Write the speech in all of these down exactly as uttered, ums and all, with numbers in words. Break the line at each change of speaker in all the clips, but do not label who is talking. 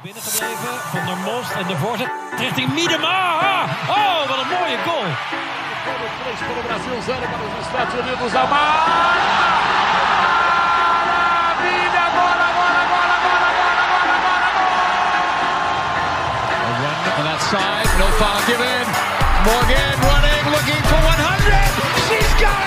Binnengebleven van der Most en de voorzet richting Miedema. Oh, wat een mooie goal. três para o Brasil, zero para os Estados Unidos. A maravilha! Agora, agora, agora, agora, agora, agora, agora, agora! A run on that side, no foul given. Morgan running, looking for one hundred. She's got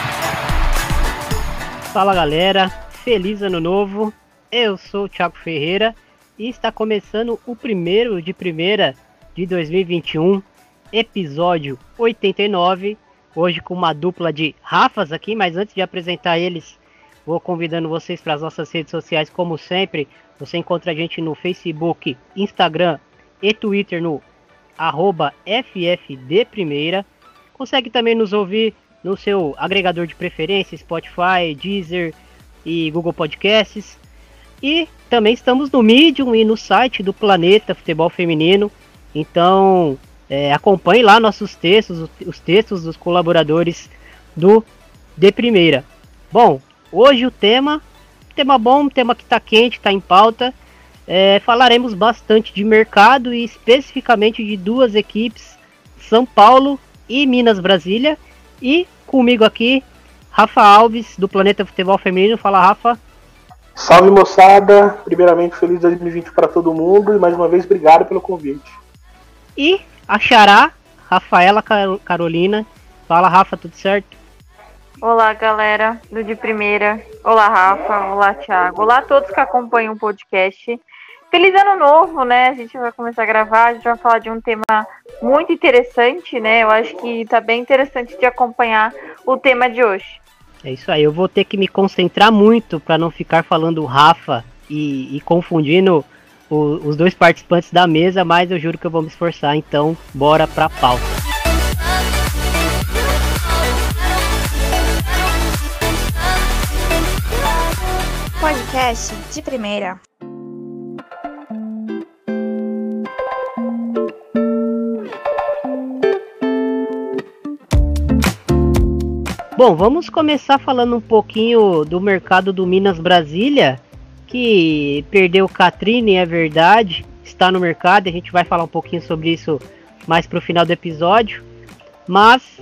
it!
Fala galera, feliz ano novo. Eu sou o Thiago Ferreira e está começando o primeiro de primeira de dois mil e vinte e um, episódio oitenta e nove. Hoje com uma dupla de Rafas aqui, mas antes de apresentar eles, vou convidando vocês para as nossas redes sociais, como sempre. Você encontra a gente no Facebook, Instagram e Twitter no arroba F F D Primeira. Consegue também nos ouvir no seu agregador de preferência, Spotify, Deezer e Google Podcasts. E também estamos no Medium e no site do Planeta Futebol Feminino. Então é, acompanhe lá nossos textos, os, os textos dos colaboradores do De Primeira. Bom, hoje o tema, tema bom, tema que está quente, está em pauta. É, falaremos bastante de mercado e especificamente de duas equipes, São Paulo e Minas Brasília. E comigo aqui, Rafa Alves, do Planeta Futebol Feminino. Fala, Rafa.
Salve, moçada. Primeiramente, feliz dois mil e vinte para todo mundo e mais uma vez, obrigado pelo convite.
E a xará, Rafaela Carolina. Fala, Rafa, tudo certo?
Olá, galera do De Primeira. Olá, Rafa. Olá, Thiago. Olá a todos que acompanham o podcast. Feliz ano novo, né? A gente vai começar a gravar, a gente vai falar de um tema muito interessante, né? Eu acho que tá bem interessante de acompanhar o tema de hoje.
É isso aí, eu vou ter que me concentrar muito para não ficar falando Rafa e, e confundindo o, os dois participantes da mesa, mas eu juro que eu vou me esforçar, então bora pra pauta.
Podcast De Primeira.
Bom, vamos começar falando um pouquinho do mercado do Minas Brasília, que perdeu Catrine, é verdade, está no mercado, a gente vai falar um pouquinho sobre isso mais para o final do episódio, mas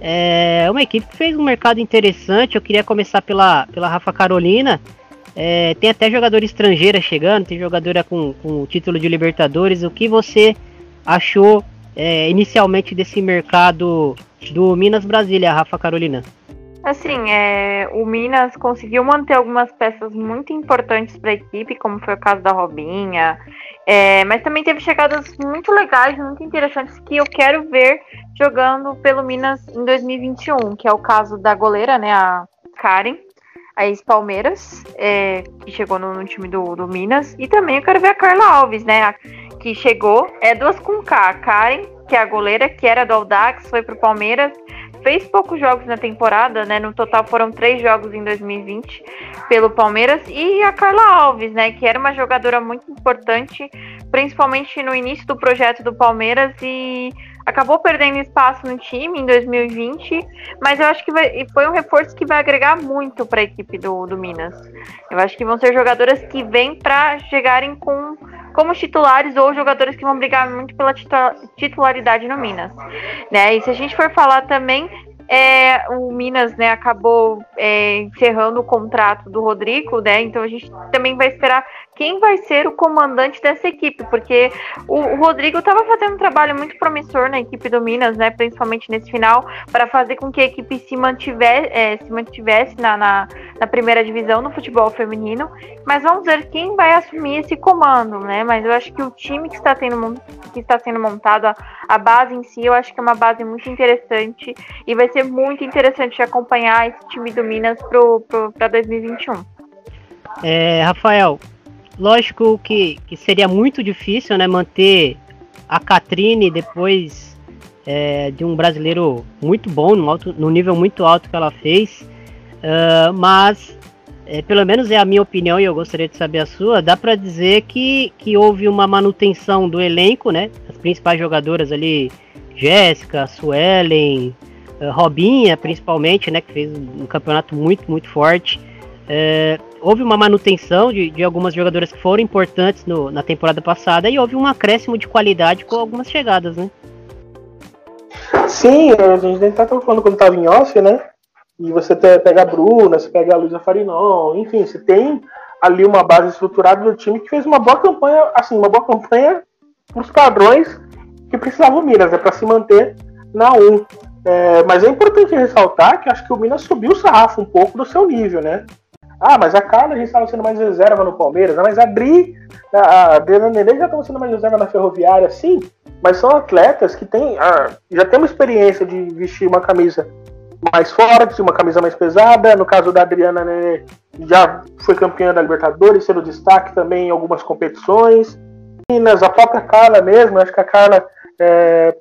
é uma equipe que fez um mercado interessante. Eu queria começar pela, pela Rafa Carolina. É, tem até jogadora estrangeira chegando, tem jogadora com, com o título de Libertadores. O que você achou é, inicialmente desse mercado do Minas Brasília, Rafa Carolina?
Assim, é, o Minas conseguiu manter algumas peças muito importantes para a equipe, como foi o caso da Robinha, é, mas também teve chegadas muito legais, muito interessantes, que eu quero ver jogando pelo Minas em dois mil e vinte e um, que é o caso da goleira, né, a Karen, a ex-Palmeiras, é, que chegou no, no time do, do Minas, e também eu quero ver a Carla Alves, né, a, que chegou, é duas com K, a Karen, que é a goleira, que era do Audax, foi pro Palmeiras, fez poucos jogos na temporada, né? No total foram três jogos em dois mil e vinte pelo Palmeiras. E a Carla Alves, né? Que era uma jogadora muito importante, principalmente no início do projeto do Palmeiras, e acabou perdendo espaço no time em dois mil e vinte, mas eu acho que vai, foi um reforço que vai agregar muito para a equipe do, do Minas. Eu acho que vão ser jogadoras que vêm para chegarem com, como titulares ou jogadores que vão brigar muito pela titularidade no Minas, né? E se a gente for falar também, é, o Minas, né, acabou é, encerrando o contrato do Rodrigo, né? Então a gente também vai esperar quem vai ser o comandante dessa equipe, porque o, o Rodrigo estava fazendo um trabalho muito promissor na equipe do Minas, né, principalmente nesse final, para fazer com que a equipe se, mantiver, é, se mantivesse na, na, na primeira divisão no futebol feminino, mas vamos ver quem vai assumir esse comando, né? Mas eu acho que o time que está, tendo, que está sendo montado, a, a base em si, eu acho que é uma base muito interessante e vai ser muito interessante de acompanhar esse time do Minas para dois mil e vinte e um.
É, Rafael, lógico que, que seria muito difícil, né, manter a Catrine depois é, de um brasileiro muito bom, no, alto, no nível muito alto que ela fez, uh, mas é, pelo menos é a minha opinião e eu gostaria de saber a sua, dá para dizer que, que houve uma manutenção do elenco, né, as principais jogadoras ali, Jéssica, Suelen, uh, Robinha principalmente, né, que fez um campeonato muito, muito forte. É, houve uma manutenção de, de algumas jogadoras que foram importantes no, na temporada passada e houve um acréscimo de qualidade com algumas chegadas, né?
Sim, a gente nem tá falando quando tava em off, né? E você pega a Bruna, você pega a Luísa Farinon, enfim, você tem ali uma base estruturada do time que fez uma boa campanha, assim, uma boa campanha para os padrões que precisava o Minas, né, para se manter na um. É, mas é importante ressaltar que acho que o Minas subiu o sarrafo um pouco do seu nível, né? Ah, mas a Carla já estava sendo mais reserva no Palmeiras, mas a Dri, a Adriana Nenê já estava sendo mais reserva na Ferroviária, sim, mas são atletas que têm, ah, já têm uma experiência de vestir uma camisa mais forte, uma camisa mais pesada. No caso da Adriana Nenê, já foi campeã da Libertadores, sendo destaque também em algumas competições. A própria Carla mesmo, acho que a Carla, é,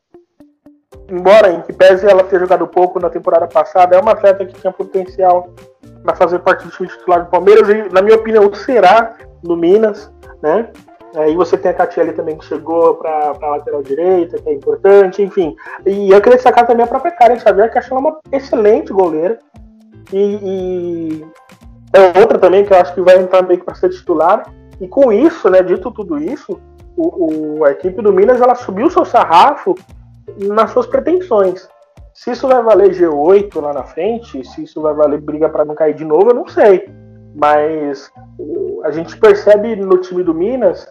embora em que pese ela ter jogado pouco na temporada passada, é uma atleta que tinha potencial para fazer parte do time titular do Palmeiras e, na minha opinião, será no Minas, né? Aí você tem a Catiele também que chegou para a lateral direita, que é importante, enfim. E eu queria destacar também a própria Karen Xavier, que acho ela uma excelente goleira. E, e é outra também que eu acho que vai entrar meio que para ser titular. E com isso, né, dito tudo isso, o, o, a equipe do Minas ela subiu o seu sarrafo nas suas pretensões. Se isso vai valer G oito lá na frente, se isso vai valer briga para não cair de novo, eu não sei. Mas a gente percebe no time do Minas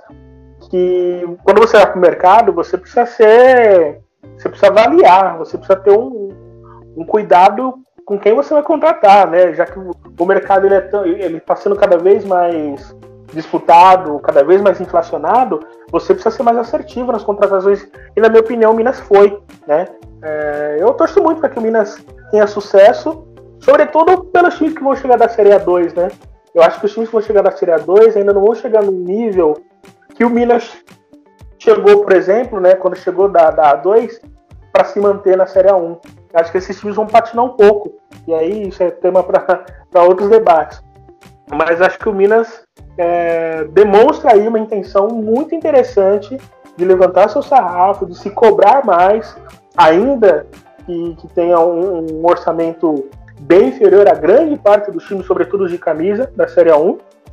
que quando você vai para o mercado, você precisa ser, você precisa avaliar, você precisa ter um, um cuidado com quem você vai contratar, né? Já que o, o mercado ele é tão, ele está sendo cada vez mais disputado, cada vez mais inflacionado, você precisa ser mais assertivo nas contratações e, na minha opinião, o Minas foi, né? É, eu torço muito para que o Minas tenha sucesso, sobretudo pelos times que vão chegar da Série A dois, né? Eu acho que os times que vão chegar da Série A dois ainda não vão chegar no nível que o Minas chegou, por exemplo, né, quando chegou da, da A dois, para se manter na Série A um. Eu acho que esses times vão patinar um pouco, e aí isso é tema para outros debates. Mas acho que o Minas é, demonstra aí uma intenção muito interessante de levantar seu sarrafo, de se cobrar mais, ainda que, que tenha um, um orçamento bem inferior a grande parte dos times, sobretudo os de camisa, da Série A um.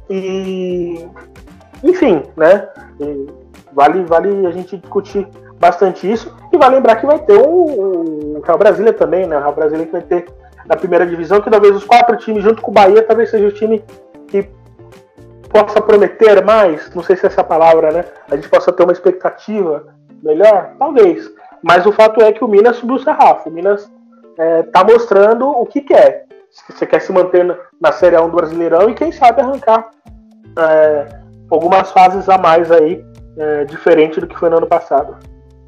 E, enfim, né? E vale, vale a gente discutir bastante isso. E vale lembrar que vai ter o, o Real Brasília também, né? O Real Brasília que vai ter na primeira divisão, que talvez os quatro times, junto com o Bahia, talvez seja o time que possa prometer mais. Não sei se é essa palavra, né? A gente possa ter uma expectativa melhor, talvez. Mas o fato é que o Minas subiu o sarrafo. O Minas está é, mostrando o que quer. Se você quer se manter na, na Série A um do Brasileirão e quem sabe arrancar é, algumas fases a mais aí, é, diferente do que foi no ano passado.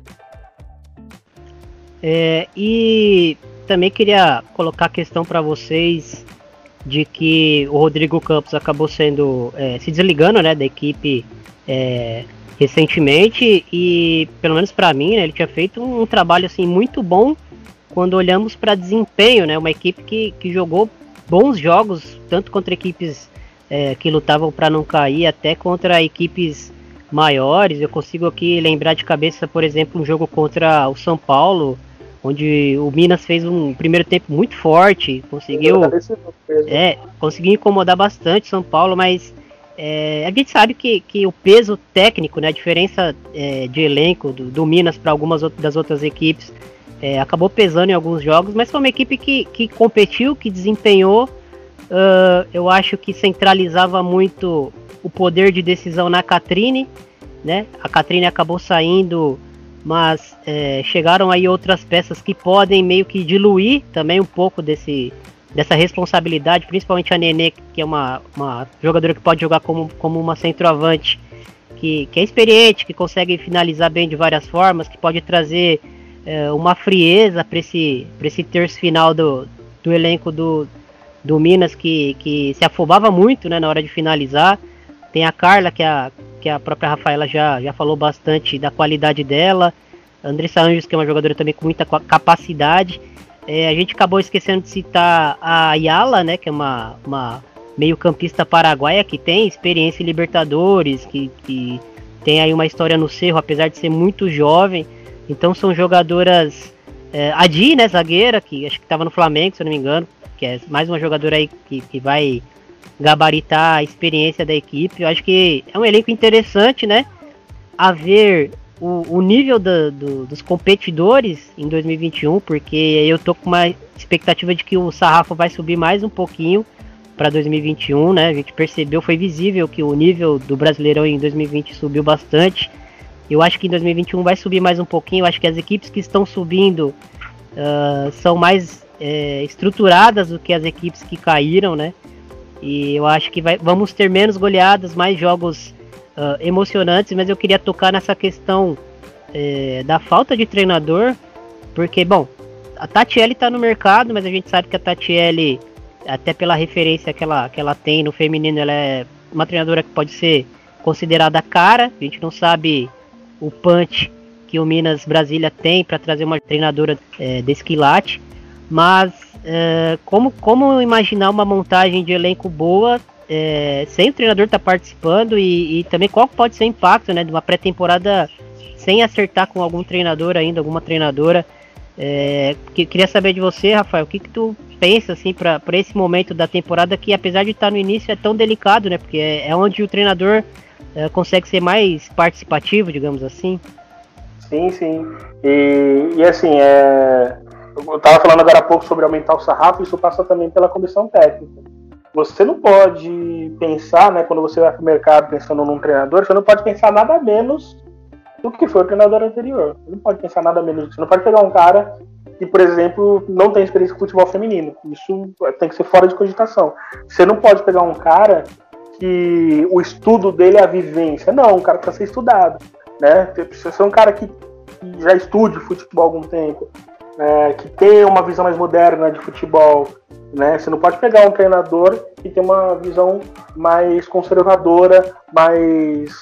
É, e também queria colocar a questão para vocês de que o Rodrigo Campos acabou sendo é, se desligando, né, da equipe é, recentemente e, pelo menos para mim, né, ele tinha feito um, um trabalho assim, muito bom quando olhamos para desempenho, né? Uma equipe que, que jogou bons jogos, tanto contra equipes é, que lutavam para não cair, até contra equipes maiores. Eu consigo aqui lembrar de cabeça, por exemplo, um jogo contra o São Paulo, onde o Minas fez um primeiro tempo muito forte, conseguiu, é, conseguiu incomodar bastante São Paulo, mas é, a gente sabe que, que o peso técnico, né, a diferença é, de elenco do, do Minas para algumas das outras equipes, É, acabou pesando em alguns jogos, mas foi uma equipe que, que competiu, que desempenhou. Uh, eu acho que centralizava muito o poder de decisão na Catrine, né? A Catrine acabou saindo, mas é, chegaram aí outras peças que podem meio que diluir também um pouco desse, dessa responsabilidade, principalmente a Nenê, que é uma, uma jogadora que pode jogar como, como uma centroavante, que, que é experiente, que consegue finalizar bem de várias formas, que pode trazer uma frieza para esse, esse terço final do, do elenco do, do Minas, que, que se afobava muito, né, na hora de finalizar. Tem a Carla, que a, que a própria Rafaela já, já falou bastante da qualidade dela. A Andressa Anjos, que é uma jogadora também com muita capacidade. É, a gente acabou esquecendo de citar a Ayala, né, que é uma, uma meio-campista paraguaia que tem experiência em Libertadores, que, que tem aí uma história no Cerro, apesar de ser muito jovem. Então são jogadoras, é, a Di, né, zagueira, que acho que estava no Flamengo, se eu não me engano, que é mais uma jogadora aí que, que vai gabaritar a experiência da equipe. Eu acho que é um elenco interessante, né? A ver o, o nível do, do, dos competidores em dois mil e vinte e um, porque eu tô com uma expectativa de que o sarrafo vai subir mais um pouquinho para dois mil e vinte e um, né? A gente percebeu, foi visível que o nível do Brasileirão em dois mil e vinte subiu bastante. Eu acho que em dois mil e vinte e um vai subir mais um pouquinho. Eu acho que as equipes que estão subindo uh, são mais é, estruturadas do que as equipes que caíram, né? E eu acho que vai, vamos ter menos goleadas, mais jogos uh, emocionantes, mas eu queria tocar nessa questão é, da falta de treinador, porque, bom, a Tatiele está no mercado, mas a gente sabe que a Tatiele, até pela referência que ela, que ela tem no feminino, ela é uma treinadora que pode ser considerada cara. A gente não sabe o punch que o Minas Brasília tem para trazer uma treinadora é, desse quilate, mas é, como, como imaginar uma montagem de elenco boa é, sem o treinador estar tá participando, e, e também qual pode ser o impacto, né, de uma pré-temporada sem acertar com algum treinador ainda, alguma treinadora. É, que, queria saber de você, Rafael, o que, que tu pensa assim, para esse momento da temporada, que apesar de estar no início é tão delicado, né, porque é, é onde o treinador é, consegue ser mais participativo, digamos assim.
Sim, sim. E, e assim, é... eu estava falando agora há pouco sobre aumentar o sarrafo, isso passa também pela comissão técnica. Você não pode pensar, né, quando você vai para o mercado pensando num treinador, você não pode pensar nada menos do que foi o treinador anterior. Você não pode pensar nada menos. Você não pode pegar um cara que, por exemplo, não tem experiência com futebol feminino. Isso tem que ser fora de cogitação. Você não pode pegar um cara que o estudo dele é a vivência. Não, um cara precisa ser estudado, né? Precisa ser um cara que já estude futebol há algum tempo, né? Que tenha uma visão mais moderna de futebol, né? Você não pode pegar um treinador que tem uma visão mais conservadora, mais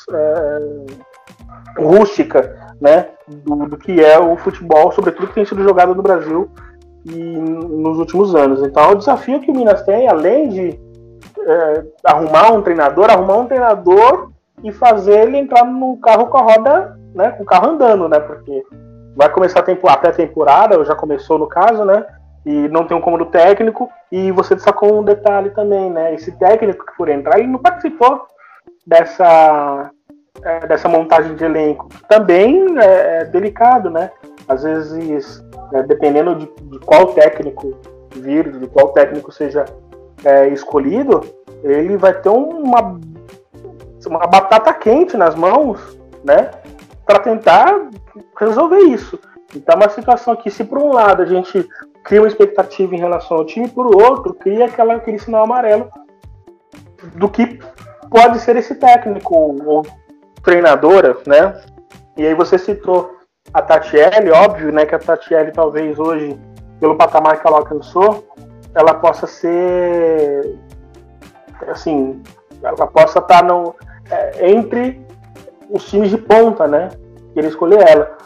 é, rústica, né? Do, do que é o futebol, sobretudo que tem sido jogado no Brasil e nos últimos anos. Então, o desafio que o Minas tem, além de é, arrumar um treinador, arrumar um treinador e fazer ele entrar no carro com a roda, né? Com o carro andando, né? Porque vai começar a, tempo, a pré-temporada, ou já começou no caso, né? E não tem um comando técnico. E você destacou um detalhe também, né? Esse técnico que for entrar, ele não participou dessa, é, dessa montagem de elenco. Também é, é delicado, né? Às vezes, é, dependendo de, de qual técnico vir, de qual técnico seja é, escolhido, ele vai ter uma, uma batata quente nas mãos, né? Para tentar resolver isso. Então é uma situação que, se por um lado a gente cria uma expectativa em relação ao time, por outro cria aquela, aquele sinal amarelo do que pode ser esse técnico ou, ou treinadora, né? E aí você citou a Tatiele, óbvio, né, que a Tatiele talvez hoje, pelo patamar que ela alcançou, ela possa ser, assim, ela possa estar no, é, entre os times de ponta, né? Ele escolher ela.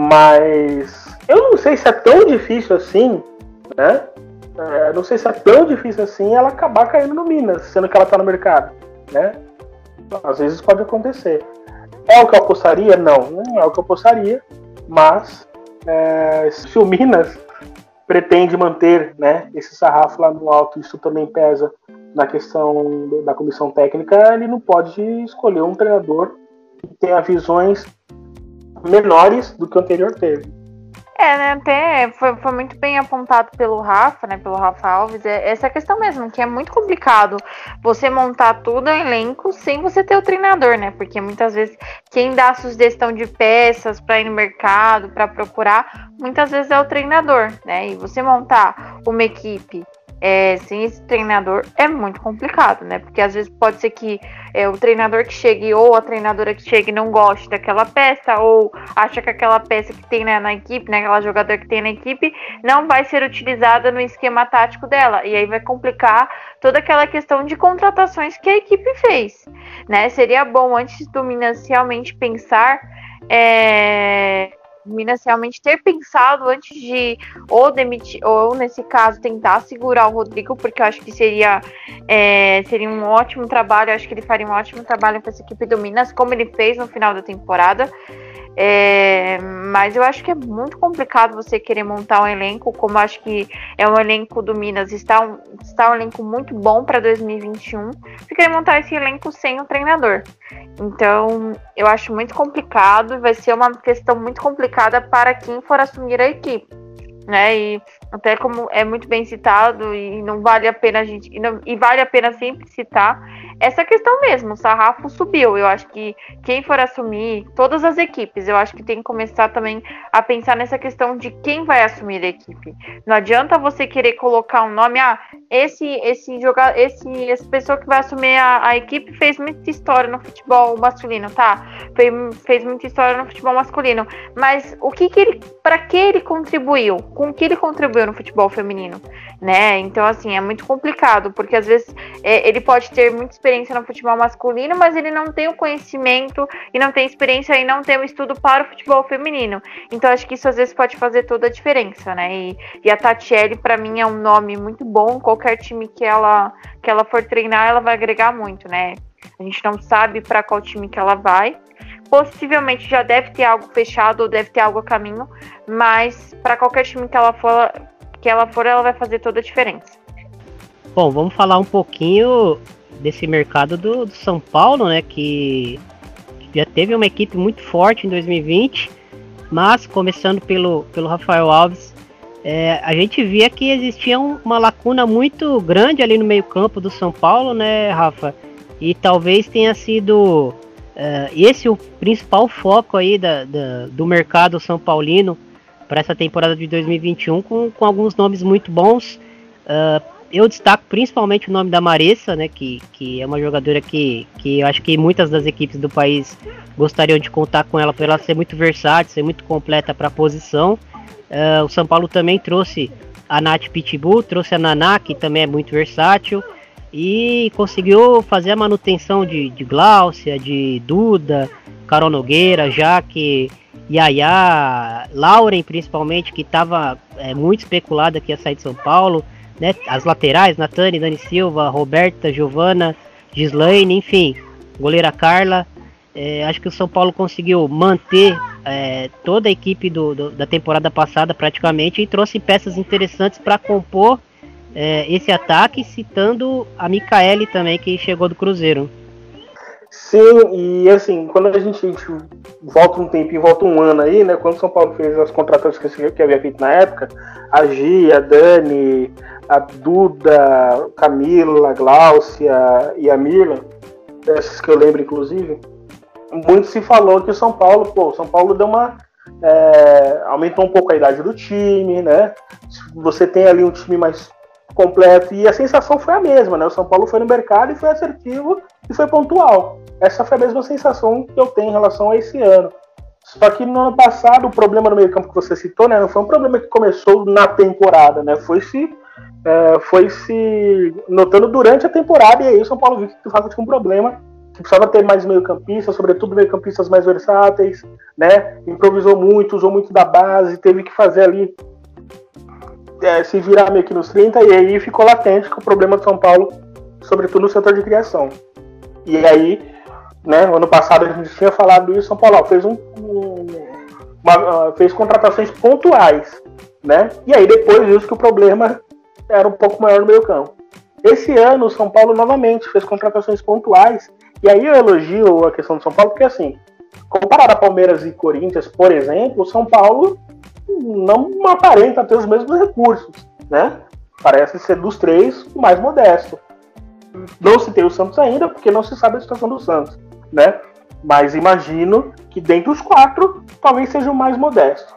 Mas eu não sei se é tão difícil assim, né? É, não sei se é tão difícil assim ela acabar caindo no Minas, sendo que ela tá no mercado, né? Às vezes pode acontecer. É o que eu apostaria? Não, não é o que eu apostaria. Mas é, se o Minas pretende manter, né, esse sarrafo lá no alto, isso também pesa na questão da comissão técnica, ele não pode escolher um treinador que tenha visões menores do que o anterior teve.
É, né, até foi, foi muito bem apontado pelo Rafa, né, pelo Rafa Alves, é essa questão mesmo, que é muito complicado você montar tudo em elenco sem você ter o treinador, né, porque muitas vezes quem dá a sugestão de peças para ir no mercado, para procurar, muitas vezes é o treinador, né, e você montar uma equipe É, sem esse treinador é muito complicado, né? Porque às vezes pode ser que é, o treinador que chegue ou a treinadora que chegue não goste daquela peça, ou acha que aquela peça que tem na, na equipe, né, aquela jogadora que tem na equipe, não vai ser utilizada no esquema tático dela. E aí vai complicar toda aquela questão de contratações que a equipe fez, né? Seria bom, antes do Minas realmente pensar... É... Minas realmente ter pensado antes de ou demitir, ou nesse caso tentar segurar o Rodrigo, porque eu acho que seria, é, seria um ótimo trabalho, eu acho que ele faria um ótimo trabalho com essa equipe do Minas, como ele fez no final da temporada. É, mas eu acho que é muito complicado você querer montar um elenco, como acho que é um elenco do Minas, está um, está um elenco muito bom para dois mil e vinte e um, você querer montar esse elenco sem o treinador. Então, eu acho muito complicado e vai ser uma questão muito complicada para quem for assumir a equipe, né? E até como é muito bem citado e não vale a pena a gente e, não, e vale a pena sempre citar essa questão mesmo, o sarrafo subiu. Eu acho que quem for assumir, todas as equipes, eu acho que tem que começar também a pensar nessa questão de quem vai assumir a equipe. Não adianta você querer colocar um nome, ah, esse esse jogador, esse essa pessoa que vai assumir a, a equipe fez muita história no futebol masculino, tá? Fez, fez muita história no futebol masculino, mas o que que ele, para que ele contribuiu? Com o que ele contribuiu no futebol feminino, né? Então, assim, é muito complicado, porque às vezes é, ele pode ter muita experiência no futebol masculino, mas ele não tem o conhecimento e não tem experiência e não tem o estudo para o futebol feminino. Então, acho que isso às vezes pode fazer toda a diferença, né? E, e a Tatiele, para mim, é um nome muito bom. Qualquer time que ela, que ela for treinar, ela vai agregar muito, né? A gente não sabe para qual time que ela vai. Possivelmente já deve ter algo fechado ou deve ter algo a caminho, mas para qualquer time que ela for, que ela for, ela vai fazer toda a diferença.
Bom, vamos falar um pouquinho desse mercado do, do São Paulo, né, que já teve uma equipe muito forte em dois mil e vinte, mas começando pelo, pelo Rafael Alves, é, a gente via que existia um, uma lacuna muito grande ali no meio campo do São Paulo, né, Rafa? E talvez tenha sido Uh, esse é o principal foco aí da, da, do mercado São Paulino para essa temporada de dois mil e vinte e um, com, com alguns nomes muito bons. Uh, eu destaco principalmente o nome da Maressa, né, que, que é uma jogadora que, que eu acho que muitas das equipes do país gostariam de contar com ela, por ela ser muito versátil, ser muito completa para a posição. Uh, o São Paulo também trouxe a Nath Pitbull, trouxe a Naná, que também é muito versátil, e conseguiu fazer a manutenção de, de Gláucia, de Duda, Carol Nogueira, Jaque, Yaya, Lauren principalmente, que estava é, muito especulada que ia sair de São Paulo, né? As laterais, Natane, Dani Silva, Roberta, Giovana, Gislaine, enfim, goleira Carla. É, acho que o São Paulo conseguiu manter é, toda a equipe do, do, da temporada passada praticamente e trouxe peças interessantes para compor É, esse ataque, citando a Micaele também, que chegou do Cruzeiro.
Sim, e assim, quando a gente, a gente volta um tempinho, volta um ano aí, né, quando o São Paulo fez as contratações que, que havia feito na época, a Gi, a Dani, a Duda, Camila, a Gláucia e a Mirla, essas que eu lembro inclusive, muito se falou que o São Paulo, pô, o São Paulo deu uma... É, aumentou um pouco a idade do time, né, você tem ali um time mais completo, e a sensação foi a mesma, né? O São Paulo foi no mercado e foi assertivo e foi pontual. Essa foi a mesma sensação que eu tenho em relação a esse ano. Só que no ano passado, o problema no meio campo que você citou, né, não foi um problema que começou na temporada, né? Foi se, é, foi se notando durante a temporada, e aí o São Paulo viu que de fato tinha um problema, que precisava ter mais meio campistas, sobretudo meio campistas mais versáteis, né? Improvisou muito, usou muito da base, teve que fazer ali É, se virar meio que nos trinta, e aí ficou latente com o problema do São Paulo, sobretudo no setor de criação. E aí, né, ano passado a gente tinha falado isso, São Paulo ó, fez, um, um, uma, uh, fez contratações pontuais, né, e aí depois viu que o problema era um pouco maior no meio campo. Esse ano o São Paulo novamente fez contratações pontuais, e aí eu elogio a questão do São Paulo, porque assim, comparado a Palmeiras e Corinthians, por exemplo, o São Paulo não aparenta ter os mesmos recursos, né? Parece ser dos três o mais modesto. Não citei o Santos ainda, porque não se sabe a situação do Santos, né? Mas imagino que dentre os quatro, talvez seja o mais modesto.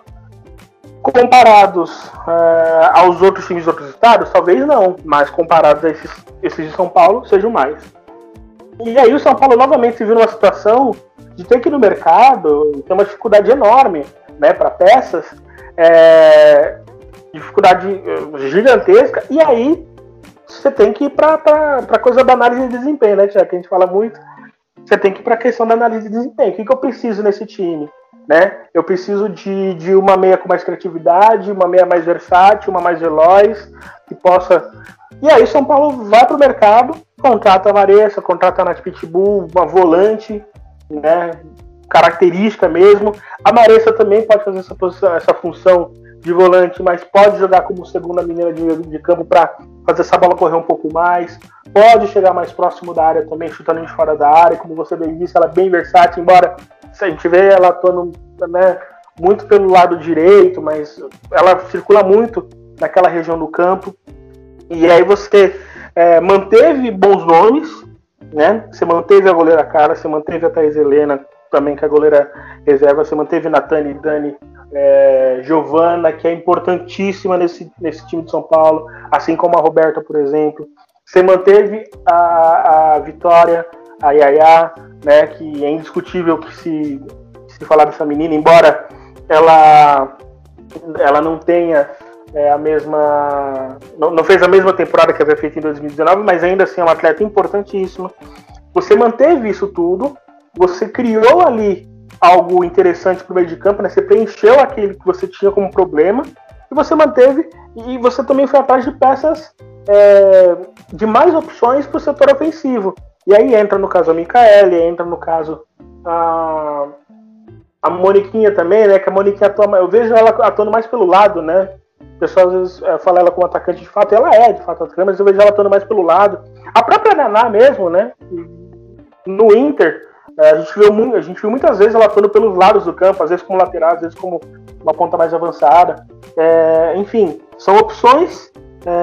Comparados uh, aos outros times dos outros estados, talvez não, mas comparados a esses, esses de São Paulo, seja o mais. E aí o São Paulo novamente se viu numa situação de ter que ir no mercado, ter uma dificuldade enorme, né, para peças, É, dificuldade gigantesca, e aí você tem que ir para a coisa da análise de desempenho, né, Tiago, que a gente fala muito. Você tem que ir para a questão da análise de desempenho. O que, que eu preciso nesse time? Né? Eu preciso de, de uma meia com mais criatividade, uma meia mais versátil, uma mais veloz, que possa... E aí São Paulo vai para o mercado, contrata a Maressa, contrata a Nath Pitbull, uma volante, né, característica mesmo. A Maressa também pode fazer essa, posição, essa função de volante, mas pode jogar como segunda menina de, de campo para fazer essa bola correr um pouco mais. Pode chegar mais próximo da área também, chutando de fora da área. Como você bem disse, ela é bem versátil, embora a gente vê ela atuando, né, muito pelo lado direito, mas ela circula muito naquela região do campo. E aí você é, manteve bons nomes, né? Você manteve a goleira Carla, você manteve a Thaís Helena também, que é a goleira reserva, você manteve Natane, Dani, é, Giovana, que é importantíssima nesse, nesse time de São Paulo, assim como a Roberta, por exemplo. Você manteve a, a Vitória, a Yaya, né, que é indiscutível que se, se falar dessa menina, embora ela, ela não tenha é, a mesma... Não, não fez a mesma temporada que havia feito em dois mil e dezenove, mas ainda assim é uma atleta importantíssima. Você manteve isso tudo, você criou ali algo interessante para o meio de campo, né? Você preencheu aquele que você tinha como problema e você manteve, e você também foi atrás de peças é, de mais opções para o setor ofensivo. E aí entra no caso a Micaele, entra no caso a, a Moniquinha também, né? Que a Moniquinha atua, eu vejo ela atuando mais pelo lado, né? O pessoal às vezes é, fala ela como atacante de fato, ela é de fato atacante, mas eu vejo ela atuando mais pelo lado. A própria Naná mesmo, né? No Inter, a gente, viu, a gente viu muitas vezes ela atuando pelos lados do campo, às vezes como lateral, às vezes como uma ponta mais avançada. É, enfim, são opções,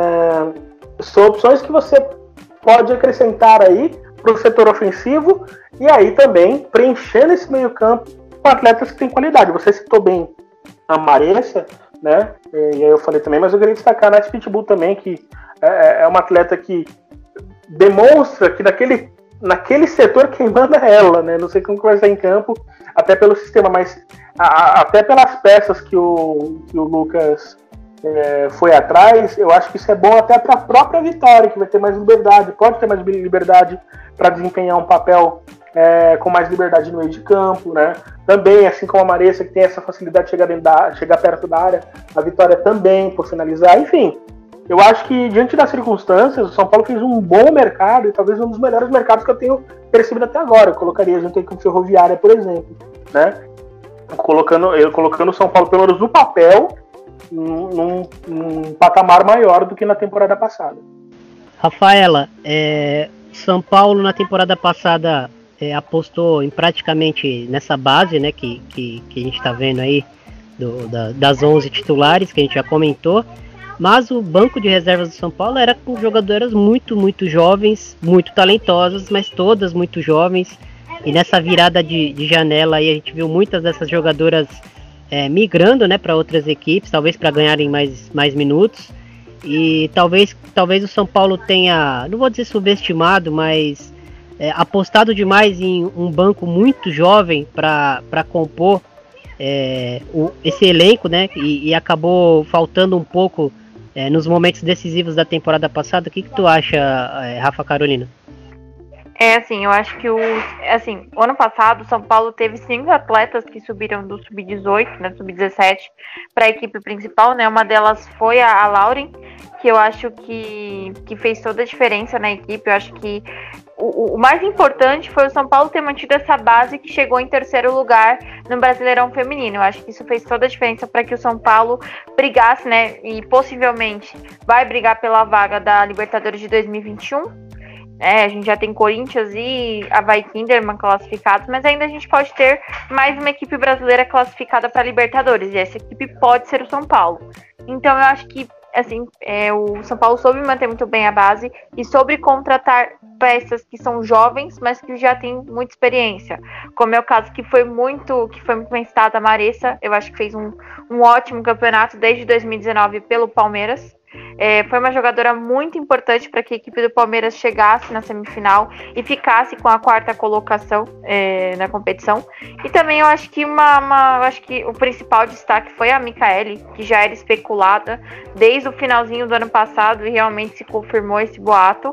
é, são opções que você pode acrescentar aí para o setor ofensivo e aí também preenchendo esse meio campo com atletas que têm qualidade. Você citou bem a Maressa, né? E aí eu falei também, mas eu queria destacar a Nath Pitbull também, que é, é uma atleta que demonstra que naquele naquele setor quem manda é ela, né? Não sei como vai ser em campo, até pelo sistema, mas a, a, até pelas peças que o, que o Lucas é, foi atrás, eu acho que isso é bom até para a própria Vitória, que vai ter mais liberdade, pode ter mais liberdade para desempenhar um papel é, com mais liberdade no meio de campo, né? Também, assim como a Maressa, que tem essa facilidade de chegar, dentro da, chegar perto da área, a Vitória também, por finalizar, enfim. Eu acho que, diante das circunstâncias, o São Paulo fez um bom mercado e talvez um dos melhores mercados que eu tenho percebido até agora. Eu colocaria junto com o Ferroviária, por exemplo, né? Colocando, eu, colocando o São Paulo, pelo menos no papel, num, num patamar maior do que na temporada passada.
Rafaela, é, São Paulo na temporada passada é, apostou em praticamente nessa base, né, que, que, que a gente está vendo aí, do, da, das onze titulares que a gente já comentou. Mas o banco de reservas do São Paulo era com jogadoras muito, muito jovens, muito talentosas, mas todas muito jovens. E nessa virada de, de janela aí a gente viu muitas dessas jogadoras é, migrando, né, para outras equipes, talvez para ganharem mais, mais minutos. E talvez, talvez o São Paulo tenha, não vou dizer subestimado, mas é, apostado demais em um banco muito jovem para compor é, o, esse elenco, né, e, e acabou faltando um pouco É, nos momentos decisivos da temporada passada. O que, que tu acha, é, Rafa Carolina?
É, assim, eu acho que o, assim, o ano passado o São Paulo teve cinco atletas que subiram do sub dezoito, né, sub dezessete, para a equipe principal, né, uma delas foi a, a Lauren, que eu acho que, que fez toda a diferença na equipe. Eu acho que o, o mais importante foi o São Paulo ter mantido essa base que chegou em terceiro lugar no Brasileirão Feminino. Eu acho que isso fez toda a diferença para que o São Paulo brigasse, né, e possivelmente vai brigar pela vaga da Libertadores de dois mil e vinte e um. É, a gente já tem Corinthians e Avaí Kinderman classificados, mas ainda a gente pode ter mais uma equipe brasileira classificada para Libertadores, e essa equipe pode ser o São Paulo. Então eu acho que assim, é, o São Paulo soube manter muito bem a base e soube contratar peças que são jovens, mas que já têm muita experiência, como é o caso que foi muito, que foi muito bem citada a Maressa. Eu acho que fez um, um ótimo campeonato desde dois mil e dezenove pelo Palmeiras. É, foi uma jogadora muito importante para que a equipe do Palmeiras chegasse na semifinal e ficasse com a quarta colocação é, na competição. E também eu acho que uma, uma eu acho que o principal destaque foi a Micaele, que já era especulada desde o finalzinho do ano passado e realmente se confirmou esse boato.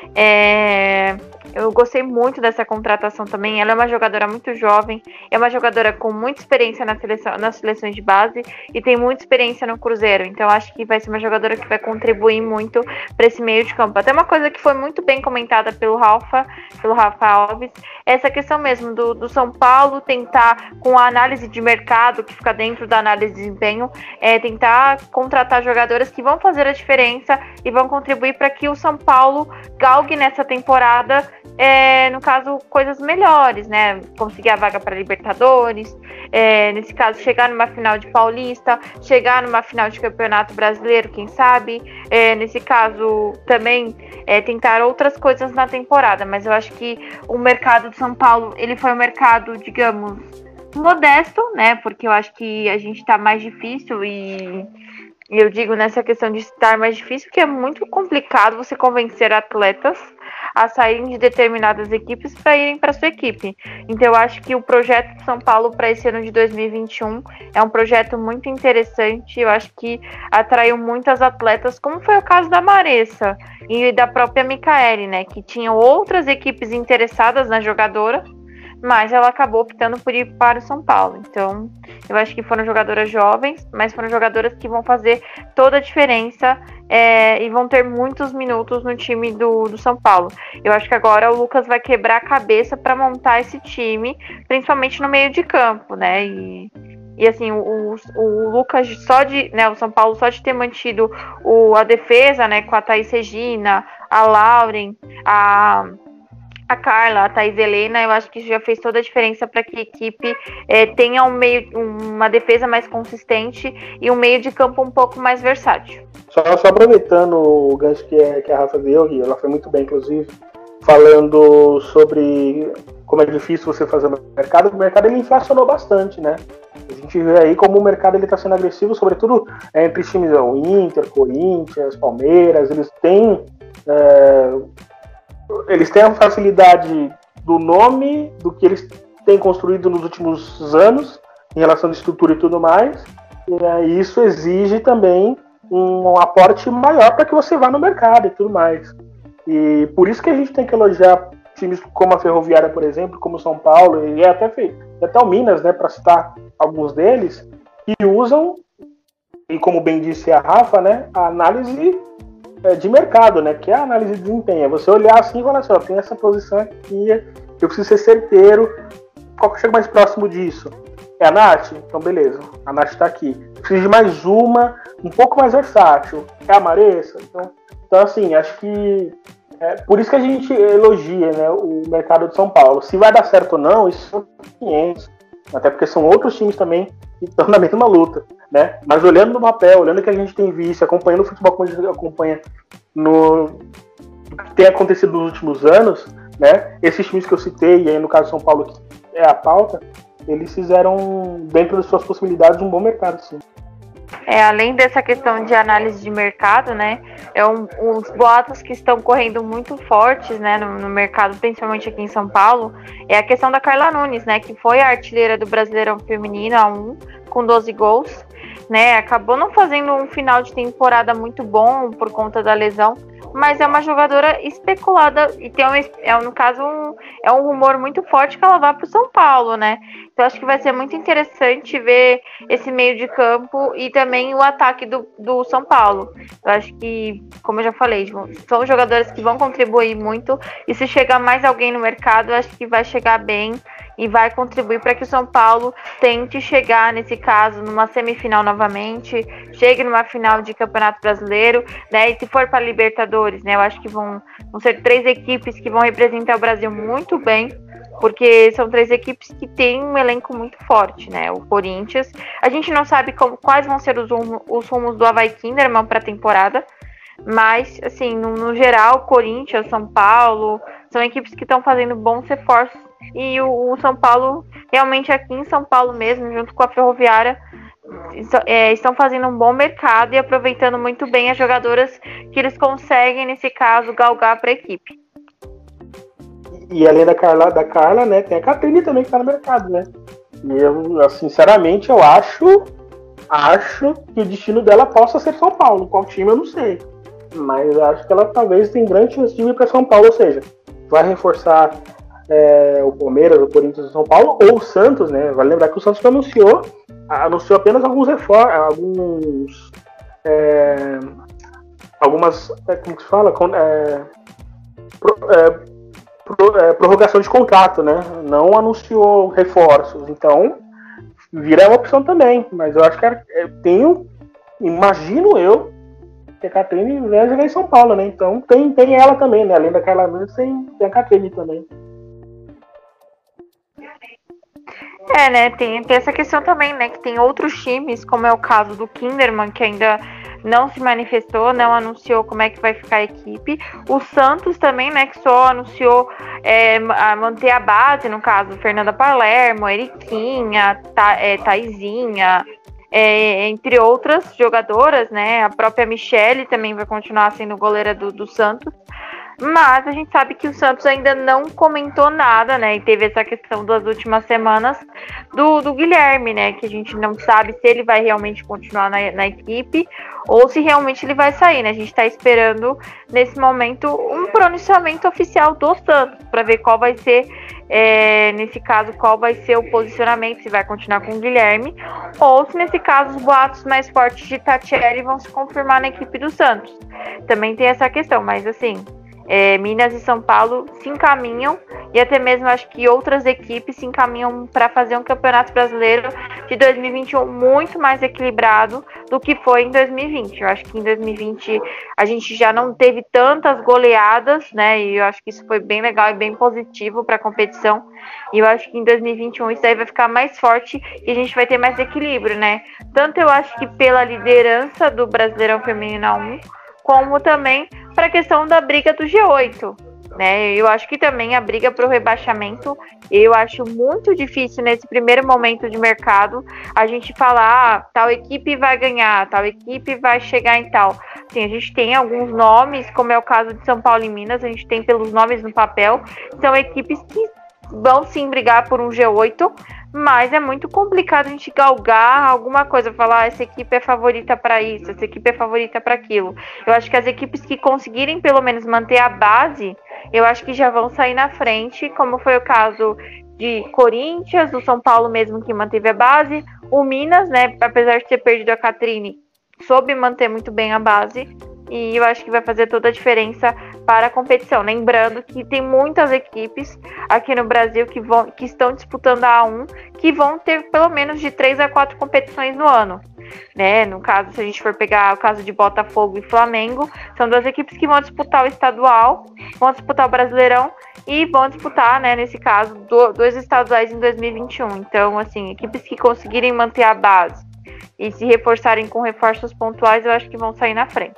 É, eu gostei muito dessa contratação também. Ela é uma jogadora muito jovem, é uma jogadora com muita experiência na seleção, nas seleções de base e tem muita experiência no Cruzeiro. Então eu acho que vai ser uma jogadora que vai contribuir muito para esse meio de campo. Até uma coisa que foi muito bem comentada pelo Rafa, pelo Rafa Alves, é essa questão mesmo do, do São Paulo tentar, com a análise de mercado, que fica dentro da análise de desempenho, é, tentar contratar jogadoras que vão fazer a diferença e vão contribuir para que o São Paulo galgue nessa temporada, é, no caso, coisas melhores, né? Conseguir a vaga para Libertadores, é, nesse caso, chegar numa final de Paulista, chegar numa final de Campeonato Brasileiro, quem sabe, é, nesse caso, também é, tentar outras coisas na temporada, mas eu acho que o mercado de São Paulo, ele foi um mercado, digamos, modesto, né? Porque eu acho que a gente tá mais difícil e eu digo nessa questão de estar mais difícil, porque é muito complicado você convencer atletas a saírem de determinadas equipes para irem para sua equipe. Então eu acho que o projeto de São Paulo para esse ano de dois mil e vinte e um é um projeto muito interessante. Eu acho que atraiu muitas atletas, como foi o caso da Maressa e da própria Micaele, né, que tinham outras equipes interessadas na jogadora, mas ela acabou optando por ir para o São Paulo. Então, eu acho que foram jogadoras jovens, mas foram jogadoras que vão fazer toda a diferença é, e vão ter muitos minutos no time do, do São Paulo. Eu acho que agora o Lucas vai quebrar a cabeça para montar esse time, principalmente no meio de campo, né? E, e assim, o, o Lucas só de, né, o São Paulo só de ter mantido o, a defesa, né, com a Thaís Regina, a Lauren, a... a Carla, a Thaís Helena, eu acho que isso já fez toda a diferença para que a equipe é, tenha um meio, uma defesa mais consistente e um meio de campo um pouco mais versátil.
Só, só aproveitando o gancho que, é, que a Rafa deu, e ela foi muito bem, inclusive, falando sobre como é difícil você fazer no mercado. O mercado ele inflacionou bastante, né? A gente vê aí como o mercado está sendo agressivo, sobretudo é, entre times, o Inter, Corinthians, Palmeiras, eles têm... É, eles têm a facilidade do nome, do que eles têm construído nos últimos anos, em relação à estrutura e tudo mais, e aí isso exige também um aporte maior para que você vá no mercado e tudo mais. E por isso que a gente tem que elogiar times como a Ferroviária, por exemplo, como o São Paulo, e até, até o Minas, né, para citar alguns deles, que usam, e como bem disse a Rafa, né, a análise de mercado, né? Que é a análise de desempenho. É você olhar assim e falar assim, ó, tem essa posição aqui, eu preciso ser certeiro. Qual que chega mais próximo disso? É a Nath? Então beleza, a Nath tá aqui. Preciso de mais uma, um pouco mais versátil. É a Maressa? Então, então assim, acho que é por isso que a gente elogia, né, o mercado de São Paulo. Se vai dar certo ou não, isso são quinhentos. Até porque são outros times também que estão na mesma luta, né? Mas olhando no papel, olhando o que a gente tem visto, acompanhando o futebol como a gente acompanha no que tem acontecido nos últimos anos, né? Esses times que eu citei, e aí no caso São Paulo, que é a pauta, eles fizeram, dentro das suas possibilidades, um bom mercado, sim.
É, além dessa questão de análise de mercado, né, é um, uns boatos que estão correndo muito fortes, né, no, no mercado, principalmente aqui em São Paulo, é a questão da Carla Nunes, né, que foi a artilheira do Brasileirão Feminino A um, com doze gols, né, acabou não fazendo um final de temporada muito bom por conta da lesão, mas é uma jogadora especulada e tem um, é, no caso um, é um rumor muito forte que ela vá para o São Paulo, né? Então acho que vai ser muito interessante ver esse meio de campo e também o ataque do, do São Paulo. Eu acho que, como eu já falei, são jogadores que vão contribuir muito e se chegar mais alguém no mercado, eu acho que vai chegar bem e vai contribuir para que o São Paulo tente chegar, nesse caso, numa semifinal novamente, chegue numa final de Campeonato Brasileiro, né? E se for para Libertadores, né? Eu acho que vão, vão ser três equipes que vão representar o Brasil muito bem, porque são três equipes que têm um elenco muito forte, né? O Corinthians, a gente não sabe como, quais vão ser os, rumos, os rumos do Avaí Kinderman para a temporada, mas, assim, no, no geral, Corinthians, São Paulo, são equipes que estão fazendo bons reforços. E o, o São Paulo, realmente aqui em São Paulo mesmo, junto com a Ferroviária, é, estão fazendo um bom mercado e aproveitando muito bem as jogadoras que eles conseguem, nesse caso, galgar para a equipe.
E além da Carla, da Carla, né, tem a Catrine também que está no mercado, né? E eu, sinceramente, eu acho, acho que o destino dela possa ser São Paulo. Qual time eu não sei. Mas acho que ela talvez tem grande chance de ir para São Paulo, ou seja, vai reforçar É, o Palmeiras, o Corinthians, o São Paulo ou o Santos, né? Vale lembrar que o Santos anunciou, anunciou apenas alguns reforços, alguns é, algumas, é, como que se fala? Com, é, pro, é, pro, é, prorrogação de contrato, né? Não anunciou reforços, então vira uma opção também, mas eu acho que eu tenho, imagino eu, que a Catrine vai jogar em São Paulo, né? Então tem, tem ela também, né? Além da Carla Nunes, tem, tem a Catrine também.
É, né? Tem, tem essa questão também, né? Que tem outros times, como é o caso do Kinderman, que ainda não se manifestou, não anunciou como é que vai ficar a equipe. O Santos também, né? Que só anunciou é, a manter a base, no caso, Fernanda Palermo, Eriquinha, Ta, é, Taizinha, é, entre outras jogadoras, né? A própria Michele também vai continuar sendo goleira do, do Santos. Mas a gente sabe que o Santos ainda não comentou nada, né? E teve essa questão das últimas semanas do, do Guilherme, né? Que a gente não sabe se ele vai realmente continuar na, na equipe ou se realmente ele vai sair, né? A gente está esperando, nesse momento, um pronunciamento oficial do Santos para ver qual vai ser, é, nesse caso, qual vai ser o posicionamento, se vai continuar com o Guilherme ou se, nesse caso, os boatos mais fortes de Tatiele vão se confirmar na equipe do Santos. Também tem essa questão, mas assim... É, Minas e São Paulo se encaminham e até mesmo acho que outras equipes se encaminham para fazer um campeonato brasileiro de dois mil e vinte e um muito mais equilibrado do que foi em dois mil e vinte. Eu acho que em dois mil e vinte a gente já não teve tantas goleadas, né? E eu acho que isso foi bem legal e bem positivo para a competição. E eu acho que em dois mil e vinte e um isso aí vai ficar mais forte e a gente vai ter mais equilíbrio, né? Tanto eu acho que pela liderança do Brasileirão Feminino A um, como também para a questão da briga do G oito, né? Eu acho que também a briga para o rebaixamento, eu acho muito difícil nesse primeiro momento de mercado a gente falar, ah, tal equipe vai ganhar, tal equipe vai chegar em tal. Sim, a gente tem alguns nomes, como é o caso de São Paulo e Minas, a gente tem pelos nomes no papel, são equipes que vão sim brigar por um G oito, mas é muito complicado a gente galgar alguma coisa, falar ah, essa equipe é favorita para isso, essa equipe é favorita para aquilo. Eu acho que as equipes que conseguirem pelo menos manter a base, eu acho que já vão sair na frente, como foi o caso de Corinthians, do São Paulo mesmo que manteve a base, o Minas, né, apesar de ter perdido a Catrine, soube manter muito bem a base. E eu acho que vai fazer toda a diferença para a competição. Lembrando que tem muitas equipes aqui no Brasil que, vão, que estão disputando a A um, que vão ter pelo menos de três a quatro competições no ano. Né? No caso, se a gente for pegar o caso de Botafogo e Flamengo, são duas equipes que vão disputar o estadual, vão disputar o Brasileirão e vão disputar, né, nesse caso, do, dois estaduais em dois mil e vinte e um. Então, assim, equipes que conseguirem manter a base e se reforçarem com reforços pontuais, eu acho que vão sair na frente.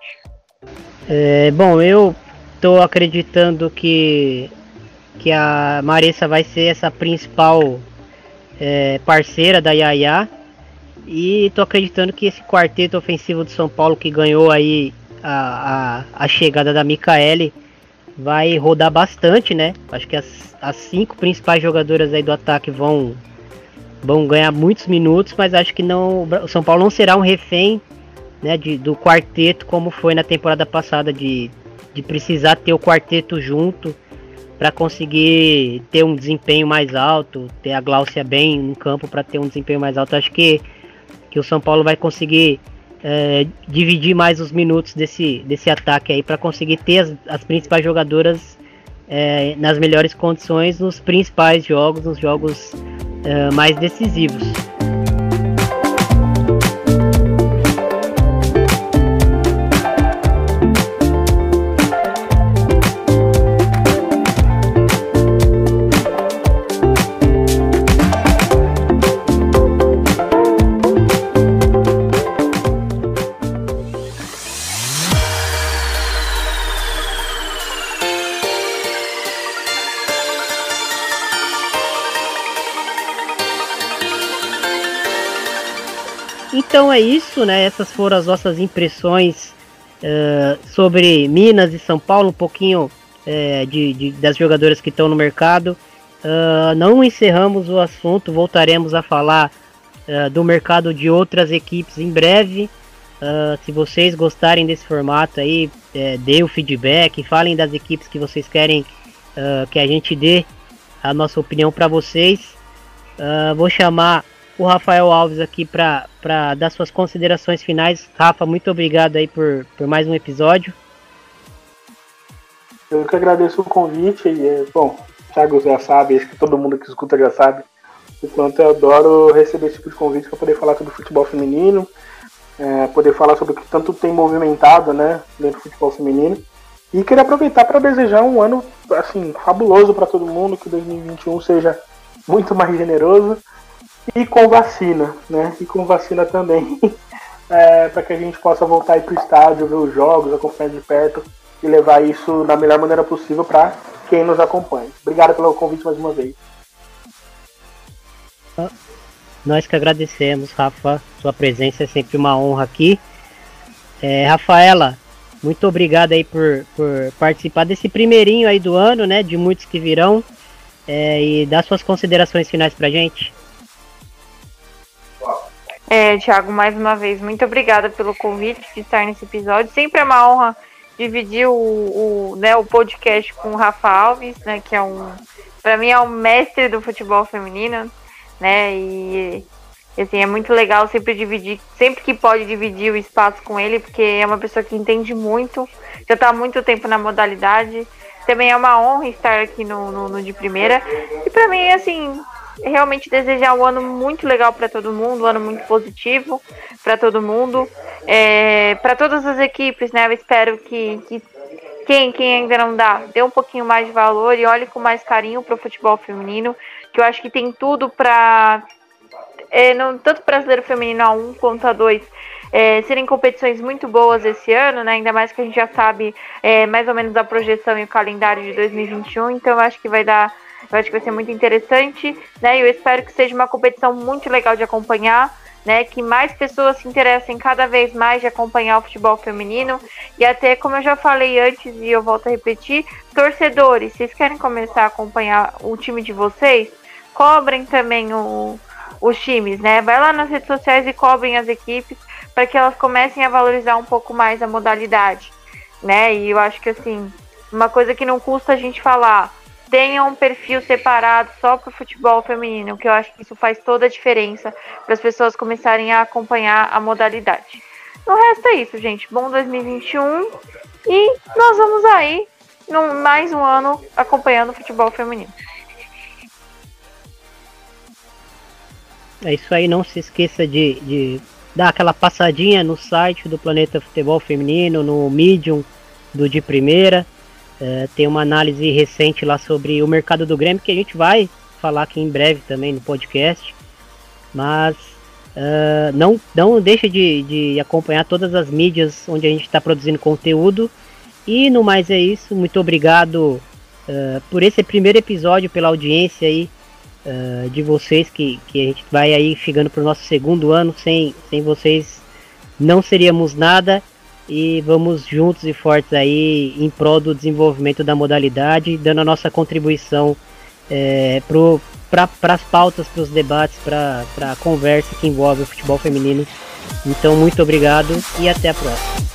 É, bom, eu tô acreditando que, que a Maressa vai ser essa principal é, parceira da Yaya. E tô acreditando que esse quarteto ofensivo do São Paulo, que ganhou aí a, a, a chegada da Micaele, vai rodar bastante, né? Acho que as, as cinco principais jogadoras aí do ataque vão, vão ganhar muitos minutos, mas acho que não, o São Paulo não será um refém, né, de, do quarteto, como foi na temporada passada, de, de precisar ter o quarteto junto para conseguir ter um desempenho mais alto, ter a Gláucia bem no campo para ter um desempenho mais alto. Acho que, que o São Paulo vai conseguir é, dividir mais os minutos desse, desse ataque aí para conseguir ter as, as principais jogadoras é, nas melhores condições nos principais jogos, nos jogos é, mais decisivos. Então é isso, né? Essas foram as nossas impressões uh, sobre Minas e São Paulo, um pouquinho uh, de, de, das jogadoras que estão no mercado. Uh, não encerramos o assunto, voltaremos a falar uh, do mercado de outras equipes em breve. Uh, se vocês gostarem desse formato aí, uh, dê o feedback, falem das equipes que vocês querem uh, que a gente dê a nossa opinião para vocês. Uh, vou chamar o Rafael Alves aqui para dar suas considerações finais. Rafa, muito obrigado aí por, por mais um episódio.
Eu que agradeço o convite. E, bom, o Thiago já sabe, acho que todo mundo que escuta já sabe o quanto eu adoro receber esse tipo de convite para poder falar sobre futebol feminino, é, poder falar sobre o que tanto tem movimentado, né, dentro do futebol feminino. E queria aproveitar para desejar um ano assim, fabuloso para todo mundo, que dois mil e vinte e um seja muito mais generoso e com vacina, né? E com vacina também, é, para que a gente possa voltar aí para o estádio, ver os jogos, acompanhar de perto e levar isso da melhor maneira possível para quem nos acompanha. Obrigado pelo convite mais uma vez.
Nós que agradecemos, Rafa. Sua presença é sempre uma honra aqui. É, Rafaela, muito obrigado aí por, por participar desse primeirinho aí do ano, né? De muitos que virão. É, e dar suas considerações finais pra gente.
É, Thiago, mais uma vez, muito obrigada pelo convite de estar nesse episódio. Sempre é uma honra dividir o, o, né, o podcast com o Rafa Alves, né? Que é um, pra mim, é um mestre do futebol feminino, né? E assim, é muito legal sempre dividir, sempre que pode dividir o espaço com ele, porque é uma pessoa que entende muito, já está há muito tempo na modalidade. Também é uma honra estar aqui no, no, no de primeira. E para mim, assim, realmente desejar um ano muito legal para todo mundo, um ano muito positivo para todo mundo, é, para todas as equipes, né? Eu espero que, que quem, quem ainda não dá, dê um pouquinho mais de valor e olhe com mais carinho para o futebol feminino, que eu acho que tem tudo para, é, não, tanto brasileiro feminino A um quanto A dois, é, serem competições muito boas esse ano, né? Ainda mais que a gente já sabe é, mais ou menos a projeção e o calendário de dois mil e vinte e um, então eu acho que vai dar, eu acho que vai ser muito interessante, né? E eu espero que seja uma competição muito legal de acompanhar, né? Que mais pessoas se interessem cada vez mais de acompanhar o futebol feminino e até, como eu já falei antes e eu volto a repetir, torcedores, vocês querem começar a acompanhar o time de vocês? Cobrem também o, os times, né? Vai lá nas redes sociais e cobrem as equipes para que elas comecem a valorizar um pouco mais a modalidade, né? E eu acho que, assim, uma coisa que não custa a gente falar, tenha um perfil separado só para o futebol feminino, que eu acho que isso faz toda a diferença para as pessoas começarem a acompanhar a modalidade. No resto é isso, gente. Bom dois mil e vinte e um e nós vamos aí, num, mais um ano, acompanhando o futebol feminino.
É isso aí, não se esqueça de, de dar aquela passadinha no site do Planeta Futebol Feminino, no Medium do De Primeira. É, tem uma análise recente lá sobre o mercado do Grêmio, que a gente vai falar aqui em breve também no podcast. Mas uh, não, não deixa de, de acompanhar todas as mídias onde a gente está produzindo conteúdo. E no mais é isso, muito obrigado uh, por esse primeiro episódio, pela audiência aí. Uh, de vocês, que, que a gente vai aí chegando para o nosso segundo ano. Sem, sem vocês não seríamos nada, e vamos juntos e fortes aí em prol do desenvolvimento da modalidade, dando a nossa contribuição é, para as pautas, para os debates, para a conversa que envolve o futebol feminino. Então, muito obrigado e até a próxima.